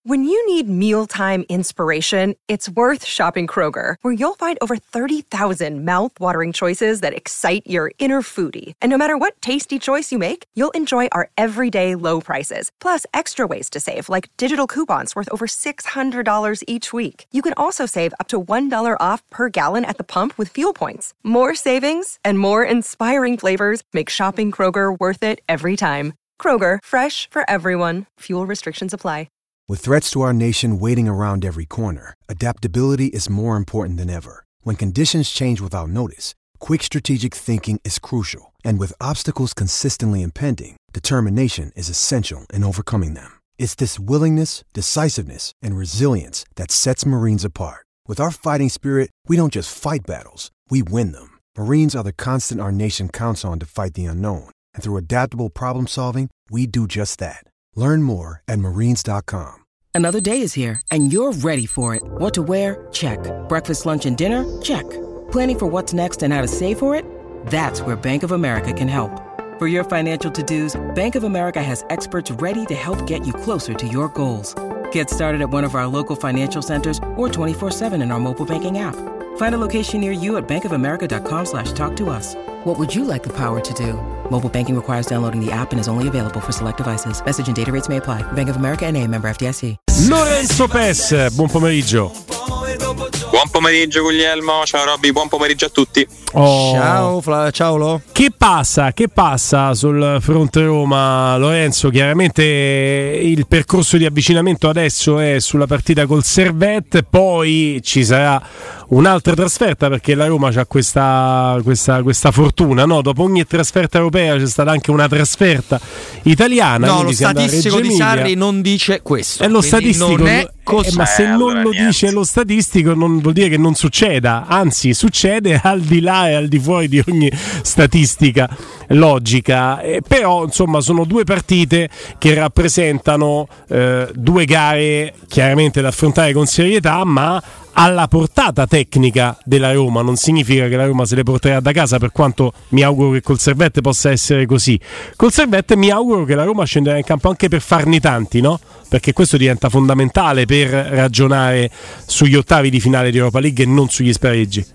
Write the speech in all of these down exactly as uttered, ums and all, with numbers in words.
When you need mealtime inspiration, it's worth shopping Kroger, where you'll find over thirty thousand mouth-watering choices that excite your inner foodie. And no matter what tasty choice you make, you'll enjoy our everyday low prices, plus extra ways to save, like digital coupons worth over six hundred dollars each week. You can also save up to one dollar off per gallon at the pump with fuel points. More savings and more inspiring flavors make shopping Kroger worth it every time. Kroger, fresh for everyone. Fuel restrictions apply. With threats to our nation waiting around every corner, adaptability is more important than ever. When conditions change without notice, quick strategic thinking is crucial. And with obstacles consistently impending, determination is essential in overcoming them. It's this willingness, decisiveness, and resilience that sets Marines apart. With our fighting spirit, we don't just fight battles, we win them. Marines are the constant our nation counts on to fight the unknown. And through adaptable problem solving, we do just that. Learn more at marines dot com. Another day is here, and you're ready for it. What to wear? Check. Breakfast, lunch, and dinner? Check. Planning for what's next and how to save for it? That's where Bank of America can help. For your financial to-dos, Bank of America has experts ready to help get you closer to your goals. Get started at one of our local financial centers or twenty-four seven in our mobile banking app. Find a location near you at bankofamerica.com slash talk to us. What would you like the power to do? Mobile banking requires downloading the app and is only available for select devices. Message and data rates may apply. Bank of America N A, member F D I C. Lorenzo Pes, buon pomeriggio. Buon pomeriggio Guglielmo, ciao Robby, buon pomeriggio a tutti. Oh. Ciao, Fla- ciao Lo. Che passa, che passa sul fronte Roma, Lorenzo? Chiaramente il percorso di avvicinamento adesso è sulla partita col Servette, poi ci sarà un'altra trasferta perché la Roma c'ha questa, questa, questa fortuna, no? Dopo ogni trasferta europea c'è stata anche una trasferta italiana. No, lo statistico di Sarri non dice questo. È lo statistico, non è così. Eh, ma se Eh, non allora lo niente. dice lo statistico non vuol dire che non succeda, anzi succede al di là e al di fuori di ogni statistica logica, eh, però insomma sono due partite che rappresentano eh, due gare chiaramente da affrontare con serietà, ma alla portata tecnica della Roma. Non significa che la Roma se le porterà da casa, per quanto mi auguro che col Servette possa essere così. Col Servette mi auguro che la Roma scenderà in campo anche per farne tanti, no? Perché questo diventa fondamentale per ragionare sugli ottavi di finale di Europa League e non sugli spareggi.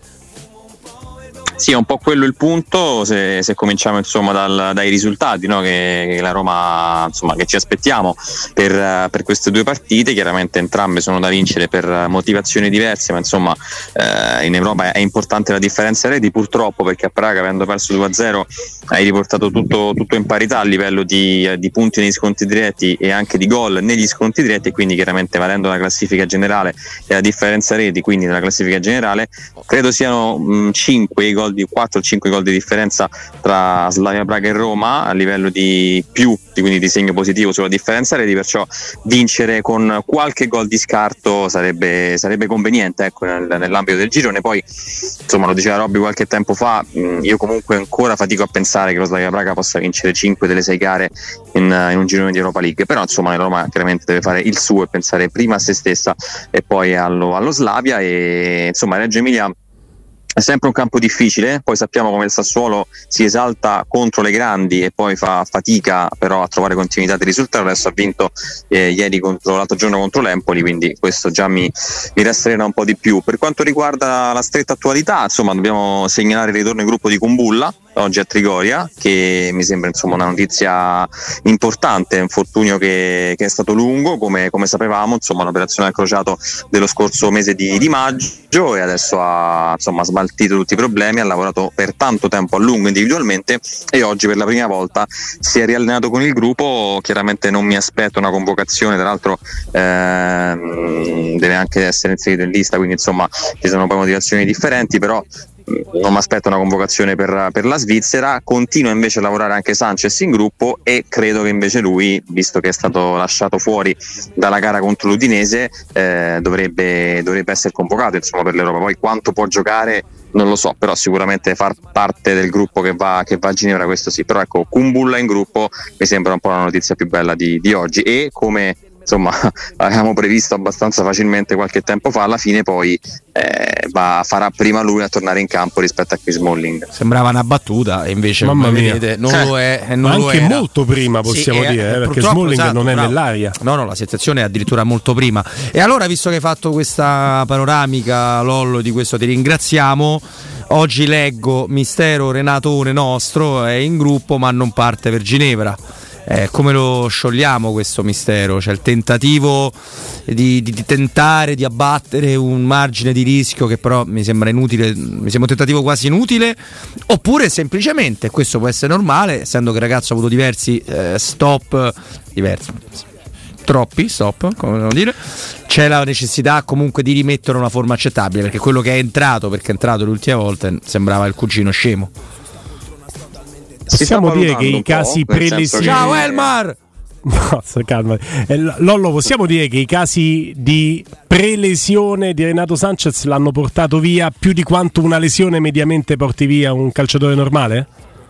Sì, è un po' quello il punto, se, se cominciamo insomma dal, dai risultati, no? che, che la Roma insomma che ci aspettiamo per, per queste due partite. Chiaramente entrambe sono da vincere per motivazioni diverse, ma insomma eh, in Europa è importante la differenza reti, purtroppo, perché a Praga, avendo perso due a zero, hai riportato tutto, tutto in parità a livello di, di punti negli scontri diretti e anche di gol negli scontri diretti, e quindi chiaramente valendo la classifica generale e la differenza reti, quindi nella classifica generale credo siano mh, cinque i gol di quattro o cinque gol di differenza tra Slavia Praga e Roma a livello di più, quindi di segno positivo sulla differenza reti, perciò vincere con qualche gol di scarto sarebbe, sarebbe conveniente, ecco, nel, nell'ambito del girone. Poi insomma, lo diceva Robby qualche tempo fa, io comunque ancora fatico a pensare che lo Slavia Praga possa vincere cinque delle sei gare in, in un girone di Europa League, però insomma la Roma chiaramente deve fare il suo e pensare prima a se stessa e poi allo, allo Slavia. E insomma Reggio Emilia è sempre un campo difficile, poi sappiamo come il Sassuolo si esalta contro le grandi e poi fa fatica però a trovare continuità di risultato. Adesso ha vinto eh, ieri contro, l'altro giorno contro l'Empoli, quindi questo già mi, mi rasserena un po' di più. Per quanto riguarda la stretta attualità, insomma dobbiamo segnalare il ritorno in gruppo di Kumbulla oggi a Trigoria, che mi sembra insomma una notizia importante, un infortunio che, che è stato lungo, come, come sapevamo, insomma un'operazione al crociato dello scorso mese di, di maggio, e adesso ha insomma smaltito tutti i problemi, ha lavorato per tanto tempo a lungo individualmente e oggi per la prima volta si è riallenato con il gruppo. Chiaramente non mi aspetto una convocazione, tra l'altro ehm, deve anche essere inserito in lista, quindi insomma ci sono poi motivazioni differenti, però non mi aspetto una convocazione per, per la Svizzera. Continua invece a lavorare anche Sanchez in gruppo e credo che invece lui, visto che è stato lasciato fuori dalla gara contro l'Udinese, eh, dovrebbe, dovrebbe essere convocato insomma per l'Europa. Poi quanto può giocare non lo so, però sicuramente far parte del gruppo che va, che va a Ginevra, questo sì. Però ecco, Kumbulla in gruppo mi sembra un po' la notizia più bella di, di oggi, e come insomma avevamo previsto abbastanza facilmente qualche tempo fa, alla fine poi eh, va, farà prima lui a tornare in campo rispetto a Chris Smalling. Sembrava una battuta e invece Mamma mia. vedete, non eh. lo è, e non anche lo era. molto prima possiamo sì, dire, eh, eh, perché Smalling esatto, non è bravo. nell'aria. No, no, la situazione è addirittura molto prima. E allora, visto che hai fatto questa panoramica, Lollo, di questo ti ringraziamo. Oggi leggo Mistero Renatone nostro è in gruppo ma non parte per Ginevra. Eh, come lo sciogliamo questo mistero? C'è il tentativo di, di, di tentare di abbattere un margine di rischio che però mi sembra inutile, mi sembra un tentativo quasi inutile, oppure semplicemente, questo può essere normale, essendo che il ragazzo ha avuto diversi eh, stop, diversi, troppi stop, come devo dire, c'è la necessità comunque di rimettere una forma accettabile, perché quello che è entrato, perché è entrato l'ultima volta, sembrava il cugino scemo. Possiamo dire che i casi prelesioni. Ciao Elmar! No, calma. Lollo, possiamo dire che i casi di prelesione di Renato Sanchez l'hanno portato via più di quanto una lesione mediamente porti via un calciatore normale?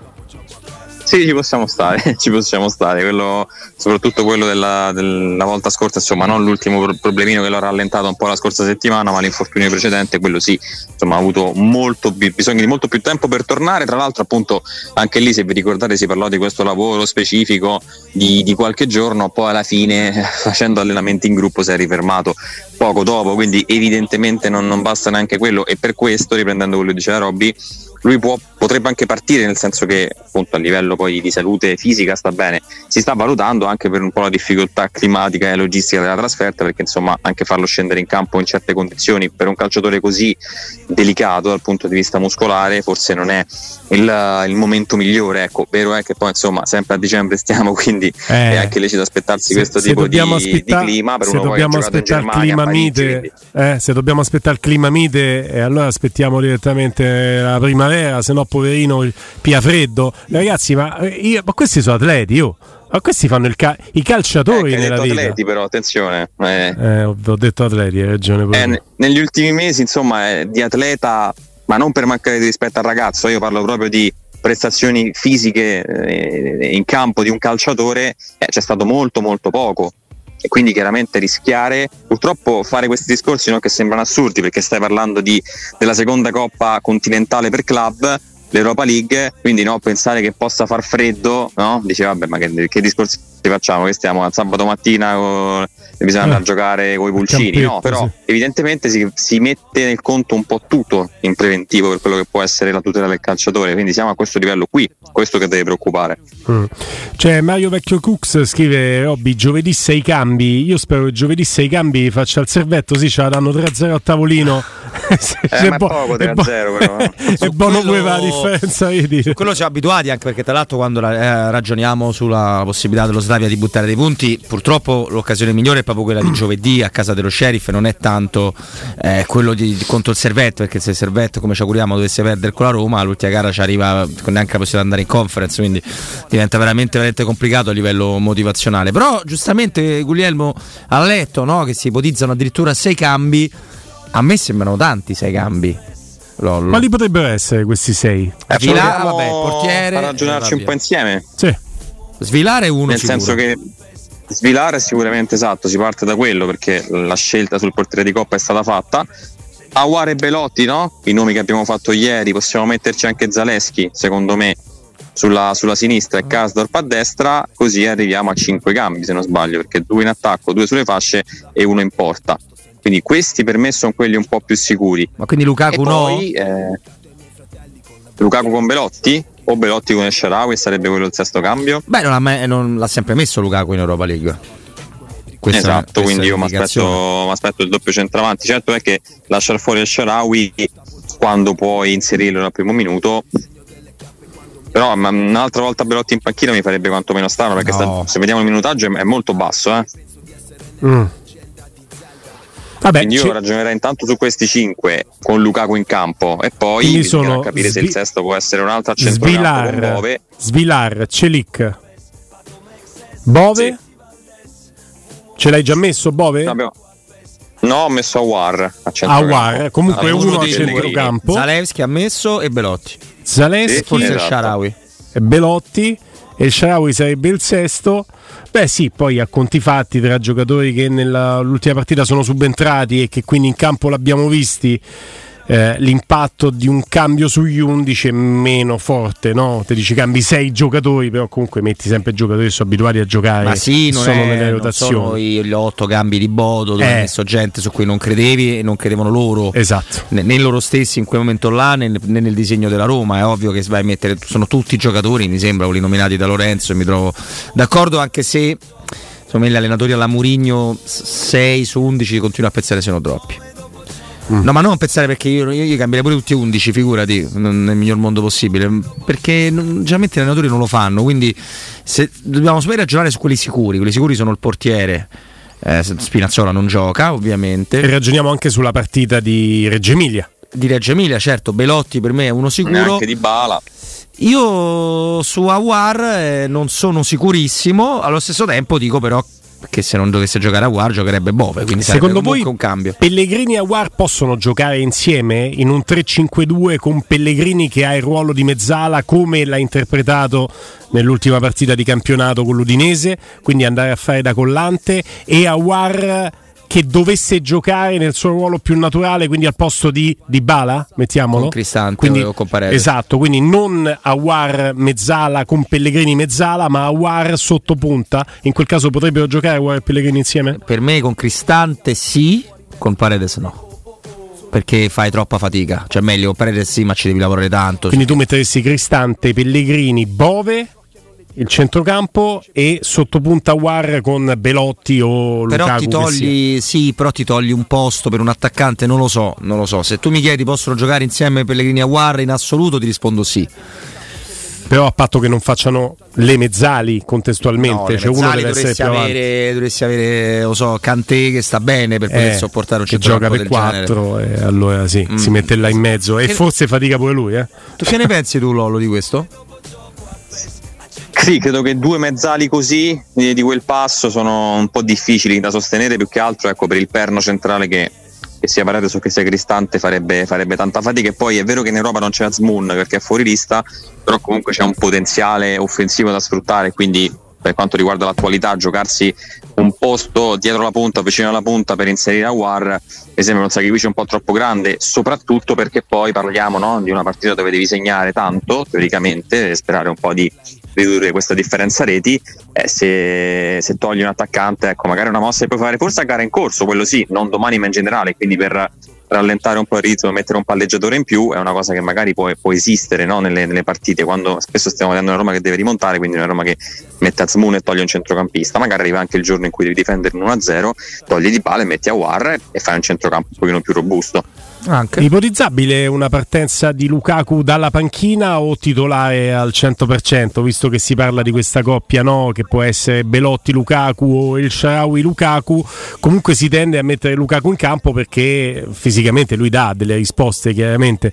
Sì, ci possiamo stare, ci possiamo stare, quello, soprattutto quello della, della volta scorsa, insomma, non l'ultimo problemino che l'ha rallentato un po' la scorsa settimana, ma l'infortunio precedente, quello sì, insomma, ha avuto molto bisogno di molto più tempo per tornare. Tra l'altro, appunto, anche lì, se vi ricordate, si parlò di questo lavoro specifico di, di qualche giorno, poi alla fine, facendo allenamenti in gruppo, si è rifermato poco dopo, quindi evidentemente non, non basta neanche quello, e per questo, riprendendo quello che diceva Robby, lui può, potrebbe anche partire, nel senso che appunto a livello poi di salute fisica sta bene, si sta valutando anche per un po' la difficoltà climatica e logistica della trasferta, perché insomma anche farlo scendere in campo in certe condizioni per un calciatore così delicato dal punto di vista muscolare forse non è il, il momento migliore. Ecco, vero è che poi insomma sempre a dicembre stiamo, quindi eh, è anche lecito aspettarsi se, questo se tipo di, aspetta, di clima per se uno dobbiamo aspettare il clima mite, eh, se dobbiamo aspettare il clima mite, eh, allora aspettiamo direttamente la primavera, se no poverino pia freddo. Ragazzi, ma, io, ma questi sono atleti, oh. Ma questi fanno il ca- i calciatori eh, nella vita. Atleti, però attenzione. Eh. Eh, ho, ho detto atleti, hai ragione. Eh, n- negli ultimi mesi, insomma, eh, di atleta, ma non per mancare di rispetto al ragazzo, io parlo proprio di prestazioni fisiche eh, in campo di un calciatore, eh, c'è stato molto molto poco. E quindi chiaramente rischiare, purtroppo fare questi discorsi, no, che sembrano assurdi, perché stai parlando di, della seconda coppa continentale per club, l'Europa League, quindi no, pensare che possa far freddo, no? Dice vabbè, ma che, che discorsi facciamo, che stiamo a sabato mattina con, bisogna andare a giocare con i pulcini, no? Però sì, evidentemente si, si mette nel conto un po' tutto in preventivo per quello che può essere la tutela del calciatore, quindi siamo a questo livello qui, questo che deve preoccupare. Mm. Cioè Mario Vecchio Cux scrive: Robby, giovedì sei cambi, io spero che giovedì sei cambi faccia il servetto, sì, ce la danno tre a zero a tavolino. eh, ma è poco tre a zero però. È buono quello... la differenza, vedi? Su quello siamo abituati, anche perché tra l'altro quando eh, ragioniamo sulla possibilità dello Slavia di buttare dei punti, purtroppo l'occasione migliore è proprio quella di giovedì a casa dello Sheriff, non è tanto eh, quello di, di contro il Servetto, perché se il Servetto, come ci auguriamo, dovesse perdere con la Roma, l'ultima gara ci arriva con neanche la possibilità di andare in conference, quindi diventa veramente, veramente complicato a livello motivazionale. Però giustamente Guglielmo ha letto, no, che si ipotizzano addirittura sei cambi. A me sembrano tanti sei cambi. Lollo. Ma li potrebbero essere questi sei? Eh, Svilare, vabbè, portiere, a ragionarci un po' insieme. Sì. Svilare uno nel sicuro. senso che Svilare sicuramente, esatto, si parte da quello, perché la scelta sul portiere di Coppa è stata fatta. Aouar e Belotti, no? I nomi che abbiamo fatto ieri, possiamo metterci anche Zaleschi, secondo me, sulla, sulla sinistra e Karsdorp a destra, così arriviamo a cinque cambi, se non sbaglio, perché due in attacco, due sulle fasce e uno in porta. Quindi questi per me sono quelli un po' più sicuri. Ma quindi Lukaku e no? Poi, eh, Lukaku con Belotti? O Belotti con El Shaarawy sarebbe quello il sesto cambio? Beh, non l'ha, non l'ha sempre messo Lukaku in Europa League. Questa esatto, è, quindi io mi aspetto, aspetto il doppio centravanti. Certo è che lasciare fuori El Shaarawy quando puoi inserirlo al primo minuto, però ma un'altra volta Belotti in panchina mi farebbe quantomeno strano, perché no. sta, se vediamo il minutaggio è, è molto basso, eh? Mm. Vabbè, quindi io c- ragionerei intanto su questi cinque con Lukaku in campo e poi quindi bisognerà sono capire Svi- se il sesto può essere un altro a centrocampo con Bove. Svilar, Celic, Bove. Sì. Ce l'hai già messo Bove? Abbiamo... No, ho messo Aouar a centrocampo. Aouar, comunque allora, uno a centrocampo. Zalewski ha messo e Belotti. Zalewski sì, forse esatto. il Shaarawy. E Belotti. E il Shaarawy sarebbe il sesto. Beh sì, poi a conti fatti tra giocatori che nell'ultima partita sono subentrati e che quindi in campo l'abbiamo visti, eh, l'impatto di un cambio sugli undici è meno forte, no? Te dici cambi sei giocatori, però comunque metti sempre giocatori che sono abituati a giocare, ma sì, non sono è, nelle non rotazioni. sono gli otto cambi di Bodo dove Eh. hai messo gente su cui non credevi e non credevano loro, Esatto. né, né loro stessi in quel momento là, né, né nel disegno della Roma. È ovvio che vai a mettere, sono tutti giocatori, mi sembra, quelli nominati da Lorenzo, e mi trovo d'accordo, anche se insomma gli allenatori alla Mourinho sei su undici continuo a pensare siano troppi. Mm. No, ma non pensare, perché io, io, io cambierei pure tutti undici, figurati, nel miglior mondo possibile, perché non, generalmente gli allenatori non lo fanno, quindi se, dobbiamo sapere ragionare su quelli sicuri. Quelli sicuri sono il portiere, eh, Spinazzola non gioca ovviamente, E ragioniamo anche sulla partita di Reggio Emilia. Di Reggio Emilia, certo, Belotti per me è uno sicuro. Neanche Dybala. Io su Aouar eh, non sono sicurissimo, allo stesso tempo dico però che se non dovesse giocare Aouar giocherebbe Bove, quindi Secondo voi un cambio. Pellegrini e Aouar possono giocare insieme in un tre cinque due con Pellegrini che ha il ruolo di mezzala come l'ha interpretato nell'ultima partita di campionato con l'Udinese, quindi andare a fare da collante, e Aouar che dovesse giocare nel suo ruolo più naturale, quindi al posto di Dybala, mettiamolo, Con Cristante quindi, o con Paredes. esatto, quindi non Aouar mezzala con Pellegrini mezzala, ma Aouar sotto punta. In quel caso potrebbero giocare Aouar e Pellegrini insieme? Per me con Cristante sì, con Paredes no, perché fai troppa fatica, cioè meglio con Paredes sì, ma ci devi lavorare tanto. Quindi tu metteresti Cristante, Pellegrini, Bove il centrocampo e sottopunta Aouar con Belotti o Lukaku. Però ti togli, sì, però ti togli un posto per un attaccante, non lo so, non lo so. Se tu mi chiedi possono giocare insieme Pellegrini e Aouar, in assoluto ti rispondo sì. Però a patto che non facciano le mezzali contestualmente, No, cioè uno deve essere dovresti più avere, dovresti avere, lo so, Kanté che sta bene per poter eh, sopportare un che gioca centrocampo per del quattro genere. e allora sì, Mm. si mette là in mezzo e Che- forse fatica pure lui, eh? Tu che ne pensi tu, Lollo, di questo? Sì, credo che due mezzali così di, di quel passo sono un po' difficili da sostenere, più che altro ecco per il perno centrale che, che sia Paredes o che sia Cristante farebbe, farebbe tanta fatica. E poi è vero che in Europa non c'è Azmoun perché è fuori lista, però comunque c'è un potenziale offensivo da sfruttare, quindi per quanto riguarda l'attualità giocarsi un posto dietro la punta, vicino alla punta per inserire Aouar mi sembra un sacrificio un po' troppo grande, soprattutto perché poi parliamo, no, di una partita dove devi segnare tanto teoricamente e sperare un po' di ridurre questa differenza reti. eh, se, se togli un attaccante, ecco, magari una mossa che puoi fare forse a gara in corso, quello sì, non domani ma in generale, quindi per rallentare un po' il ritmo, mettere un palleggiatore in più è una cosa che magari può, può esistere, no, nelle, nelle partite, quando spesso stiamo vedendo una Roma che deve rimontare, quindi una Roma che mette Azmoun e toglie un centrocampista, magari arriva anche il giorno in cui devi difendere in uno a zero, togli Dybala e metti Aouar e fai un centrocampo un pochino più robusto. Anche. Ipotizzabile una partenza di Lukaku dalla panchina o titolare al cento per cento, visto che si parla di questa coppia, no? Che può essere Belotti-Lukaku o El Shaarawy-Lukaku. Comunque si tende a mettere Lukaku in campo perché fisicamente lui dà delle risposte, chiaramente,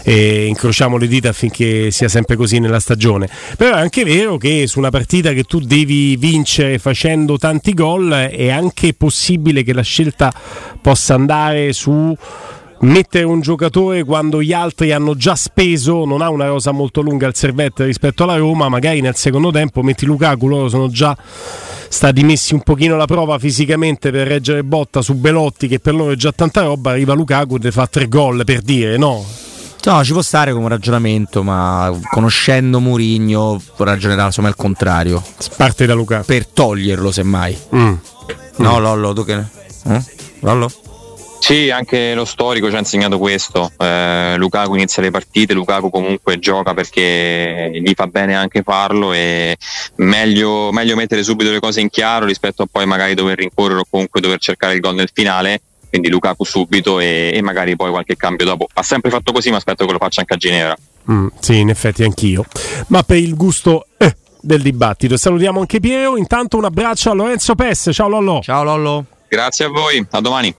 e incrociamo le dita affinché sia sempre così nella stagione. Però è anche vero che su una partita che tu devi vincere facendo tanti gol è anche possibile che la scelta possa andare su mettere un giocatore quando gli altri hanno già speso, non ha una rosa molto lunga al servette rispetto alla Roma, magari nel secondo tempo metti Lukaku, loro sono già stati messi un pochino alla prova fisicamente per reggere botta su Belotti che per loro è già tanta roba, arriva Lukaku e te fa tre gol, per dire, no? No, ci può stare come ragionamento, ma conoscendo Mourinho ragionerà insomma il contrario. Parte da Lukaku. Per toglierlo semmai. Mm. No, Lollo, tu che ne? Eh? Lollo? Sì, anche lo storico ci ha insegnato questo. eh, Lukaku inizia le partite, Lukaku comunque gioca perché gli fa bene anche farlo, e meglio, meglio mettere subito le cose in chiaro rispetto a poi magari dover rincorrere o comunque dover cercare il gol nel finale. Quindi Lukaku subito e, e magari poi qualche cambio dopo. Ha sempre fatto così, ma aspetto che lo faccia anche a Ginevra. Mm, sì, in effetti anch'io. Ma per il gusto eh, del dibattito salutiamo anche Piero. Intanto un abbraccio a Lorenzo Pes. Ciao Lollo. Ciao Lollo. Grazie a voi, a domani.